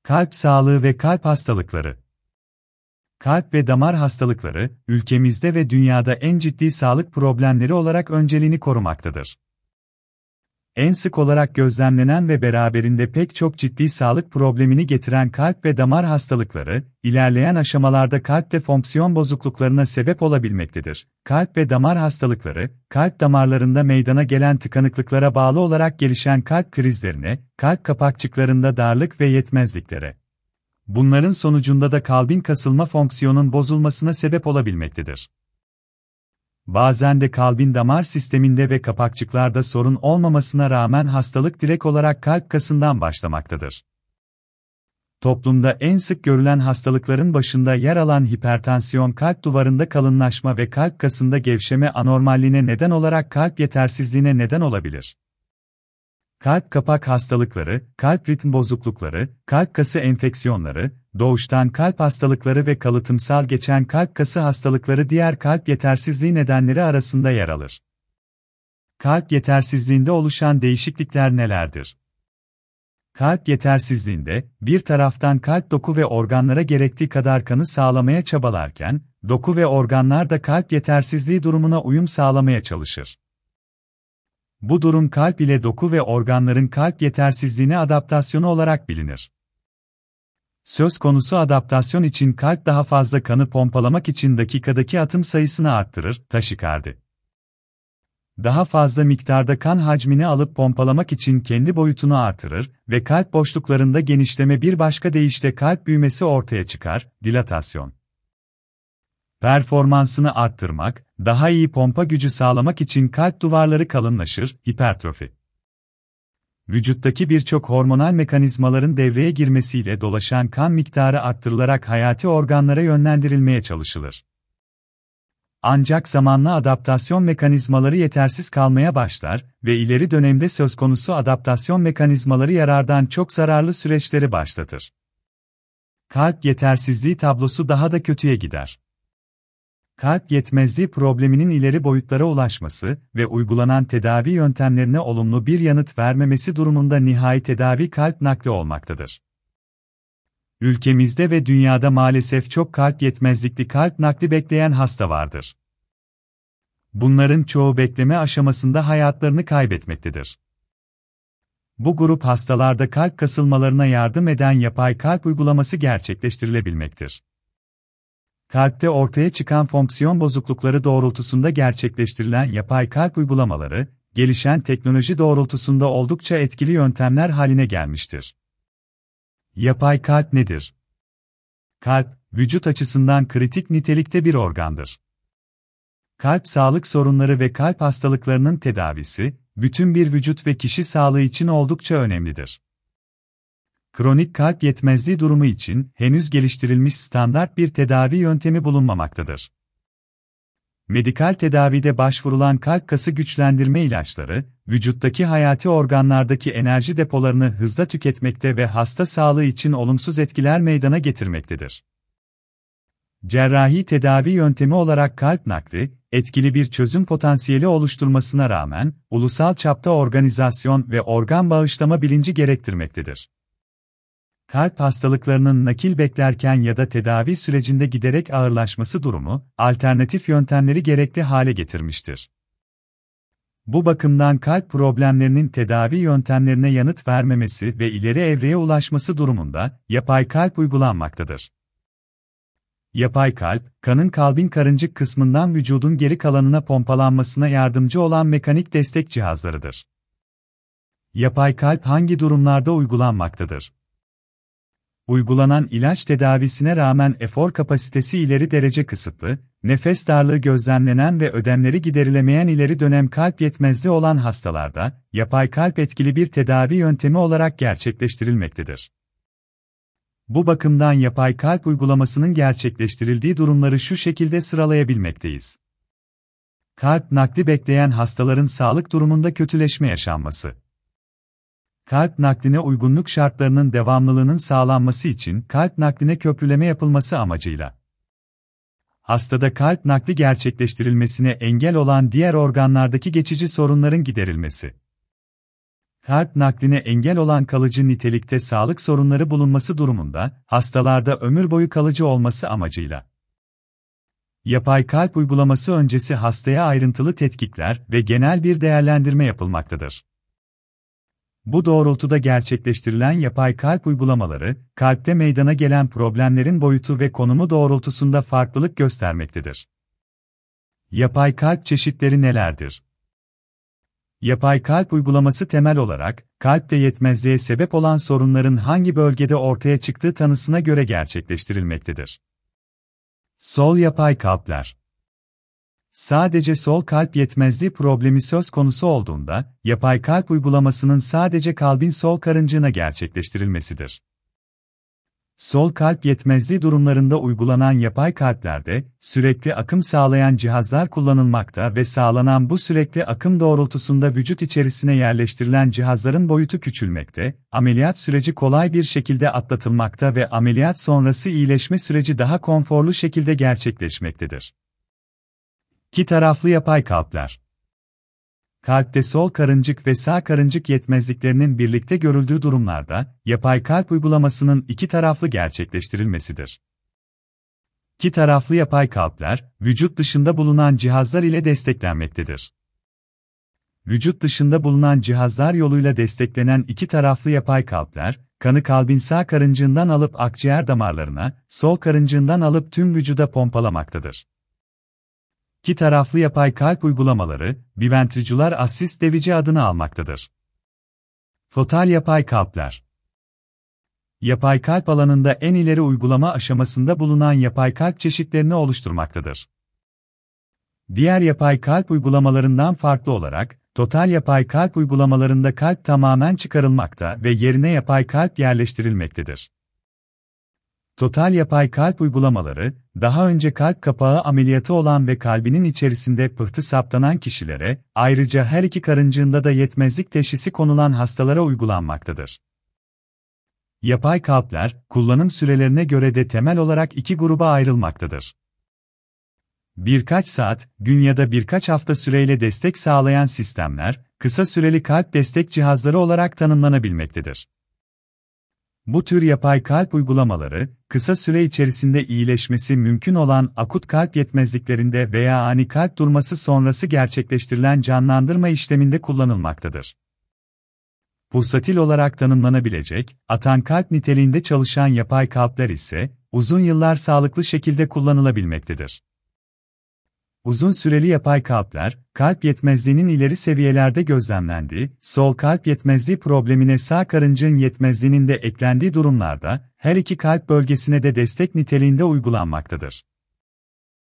Kalp sağlığı ve kalp hastalıkları. Kalp ve damar hastalıkları, ülkemizde ve dünyada en ciddi sağlık problemleri olarak önceliğini korumaktadır. En sık olarak gözlemlenen ve beraberinde pek çok ciddi sağlık problemini getiren kalp ve damar hastalıkları, ilerleyen aşamalarda kalpte fonksiyon bozukluklarına sebep olabilmektedir. Kalp ve damar hastalıkları, kalp damarlarında meydana gelen tıkanıklıklara bağlı olarak gelişen kalp krizlerine, kalp kapakçıklarında darlık ve yetmezliklere, bunların sonucunda da kalbin kasılma fonksiyonunun bozulmasına sebep olabilmektedir. Bazen de kalbin damar sisteminde ve kapakçıklarda sorun olmamasına rağmen hastalık direkt olarak kalp kasından başlamaktadır. Toplumda en sık görülen hastalıkların başında yer alan hipertansiyon, kalp duvarında kalınlaşma ve kalp kasında gevşeme anormalliğine neden olarak kalp yetersizliğine neden olabilir. Kalp kapak hastalıkları, kalp ritm bozuklukları, kalp kası enfeksiyonları, doğuştan kalp hastalıkları ve kalıtımsal geçen kalp kası hastalıkları diğer kalp yetersizliği nedenleri arasında yer alır. Kalp yetersizliğinde oluşan değişiklikler nelerdir? Kalp yetersizliğinde, bir taraftan kalp doku ve organlara gerektiği kadar kanı sağlamaya çabalarken, doku ve organlar da kalp yetersizliği durumuna uyum sağlamaya çalışır. Bu durum kalp ile doku ve organların kalp yetersizliğine adaptasyonu olarak bilinir. Söz konusu adaptasyon için kalp daha fazla kanı pompalamak için dakikadaki atım sayısını arttırır, taşikardi. Daha fazla miktarda kan hacmini alıp pompalamak için kendi boyutunu artırır ve kalp boşluklarında genişleme, bir başka deyişle kalp büyümesi ortaya çıkar, dilatasyon. Performansını arttırmak, daha iyi pompa gücü sağlamak için kalp duvarları kalınlaşır, hipertrofi. Vücuttaki birçok hormonal mekanizmaların devreye girmesiyle dolaşan kan miktarı arttırılarak hayati organlara yönlendirilmeye çalışılır. Ancak zamanla adaptasyon mekanizmaları yetersiz kalmaya başlar ve ileri dönemde söz konusu adaptasyon mekanizmaları yarardan çok zararlı süreçleri başlatır. Kalp yetersizliği tablosu daha da kötüye gider. Kalp yetmezliği probleminin ileri boyutlara ulaşması ve uygulanan tedavi yöntemlerine olumlu bir yanıt vermemesi durumunda nihai tedavi kalp nakli olmaktadır. Ülkemizde ve dünyada maalesef çok kalp yetmezlikli kalp nakli bekleyen hasta vardır. Bunların çoğu bekleme aşamasında hayatlarını kaybetmektedir. Bu grup hastalarda kalp kasılmalarına yardım eden yapay kalp uygulaması gerçekleştirilebilmektir. Kalpte ortaya çıkan fonksiyon bozuklukları doğrultusunda gerçekleştirilen yapay kalp uygulamaları, gelişen teknoloji doğrultusunda oldukça etkili yöntemler haline gelmiştir. Yapay kalp nedir? Kalp, vücut açısından kritik nitelikte bir organdır. Kalp sağlık sorunları ve kalp hastalıklarının tedavisi, bütün bir vücut ve kişi sağlığı için oldukça önemlidir. Kronik kalp yetmezliği durumu için henüz geliştirilmiş standart bir tedavi yöntemi bulunmamaktadır. Medikal tedavide başvurulan kalp kası güçlendirme ilaçları, vücuttaki hayati organlardaki enerji depolarını hızla tüketmekte ve hasta sağlığı için olumsuz etkiler meydana getirmektedir. Cerrahi tedavi yöntemi olarak kalp nakli, etkili bir çözüm potansiyeli oluşturmasına rağmen, ulusal çapta organizasyon ve organ bağışlama bilinci gerektirmektedir. Kalp hastalıklarının nakil beklerken ya da tedavi sürecinde giderek ağırlaşması durumu, alternatif yöntemleri gerekli hale getirmiştir. Bu bakımdan kalp problemlerinin tedavi yöntemlerine yanıt vermemesi ve ileri evreye ulaşması durumunda, yapay kalp uygulanmaktadır. Yapay kalp, kanın kalbin karıncık kısmından vücudun geri kalanına pompalanmasına yardımcı olan mekanik destek cihazlarıdır. Yapay kalp hangi durumlarda uygulanmaktadır? Uygulanan ilaç tedavisine rağmen efor kapasitesi ileri derece kısıtlı, nefes darlığı gözlemlenen ve ödemleri giderilemeyen ileri dönem kalp yetmezliği olan hastalarda, yapay kalp etkili bir tedavi yöntemi olarak gerçekleştirilmektedir. Bu bakımdan yapay kalp uygulamasının gerçekleştirildiği durumları şu şekilde sıralayabilmekteyiz. Kalp nakli bekleyen hastaların sağlık durumunda kötüleşme yaşanması. Kalp nakline uygunluk şartlarının devamlılığının sağlanması için kalp nakline köprüleme yapılması amacıyla hastada kalp nakli gerçekleştirilmesine engel olan diğer organlardaki geçici sorunların giderilmesi. Kalp nakline engel olan kalıcı nitelikte sağlık sorunları bulunması durumunda, hastalarda ömür boyu kalıcı olması amacıyla yapay kalp uygulaması öncesi hastaya ayrıntılı tetkikler ve genel bir değerlendirme yapılmaktadır. Bu doğrultuda gerçekleştirilen yapay kalp uygulamaları, kalpte meydana gelen problemlerin boyutu ve konumu doğrultusunda farklılık göstermektedir. Yapay kalp çeşitleri nelerdir? Yapay kalp uygulaması temel olarak, kalpte yetmezliğe sebep olan sorunların hangi bölgede ortaya çıktığı tanısına göre gerçekleştirilmektedir. Sol yapay kalpler. Sadece sol kalp yetmezliği problemi söz konusu olduğunda, yapay kalp uygulamasının sadece kalbin sol karıncığına gerçekleştirilmesidir. Sol kalp yetmezliği durumlarında uygulanan yapay kalplerde, sürekli akım sağlayan cihazlar kullanılmakta ve sağlanan bu sürekli akım doğrultusunda vücut içerisine yerleştirilen cihazların boyutu küçülmekte, ameliyat süreci kolay bir şekilde atlatılmakta ve ameliyat sonrası iyileşme süreci daha konforlu şekilde gerçekleşmektedir. İki taraflı yapay kalpler. Kalpte sol karıncık ve sağ karıncık yetmezliklerinin birlikte görüldüğü durumlarda, yapay kalp uygulamasının iki taraflı gerçekleştirilmesidir. İki taraflı yapay kalpler, vücut dışında bulunan cihazlar ile desteklenmektedir. Vücut dışında bulunan cihazlar yoluyla desteklenen iki taraflı yapay kalpler, kanı kalbin sağ karıncığından alıp akciğer damarlarına, sol karıncığından alıp tüm vücuda pompalamaktadır. İki taraflı yapay kalp uygulamaları, biventricüler assist device adını almaktadır. Total yapay kalpler. Yapay kalp alanında en ileri uygulama aşamasında bulunan yapay kalp çeşitlerini oluşturmaktadır. Diğer yapay kalp uygulamalarından farklı olarak, total yapay kalp uygulamalarında kalp tamamen çıkarılmakta ve yerine yapay kalp yerleştirilmektedir. Total yapay kalp uygulamaları, daha önce kalp kapağı ameliyatı olan ve kalbinin içerisinde pıhtı saptanan kişilere, ayrıca her iki karıncığında da yetmezlik teşhisi konulan hastalara uygulanmaktadır. Yapay kalpler, kullanım sürelerine göre de temel olarak iki gruba ayrılmaktadır. Birkaç saat, gün ya da birkaç hafta süreyle destek sağlayan sistemler, kısa süreli kalp destek cihazları olarak tanımlanabilmektedir. Bu tür yapay kalp uygulamaları, kısa süre içerisinde iyileşmesi mümkün olan akut kalp yetmezliklerinde veya ani kalp durması sonrası gerçekleştirilen canlandırma işleminde kullanılmaktadır. Pulsatil olarak tanımlanabilecek, atan kalp niteliğinde çalışan yapay kalpler ise, uzun yıllar sağlıklı şekilde kullanılabilmektedir. Uzun süreli yapay kalpler, kalp yetmezliğinin ileri seviyelerde gözlemlendiği, sol kalp yetmezliği problemine sağ karıncığın yetmezliğinin de eklendiği durumlarda, her iki kalp bölgesine de destek niteliğinde uygulanmaktadır.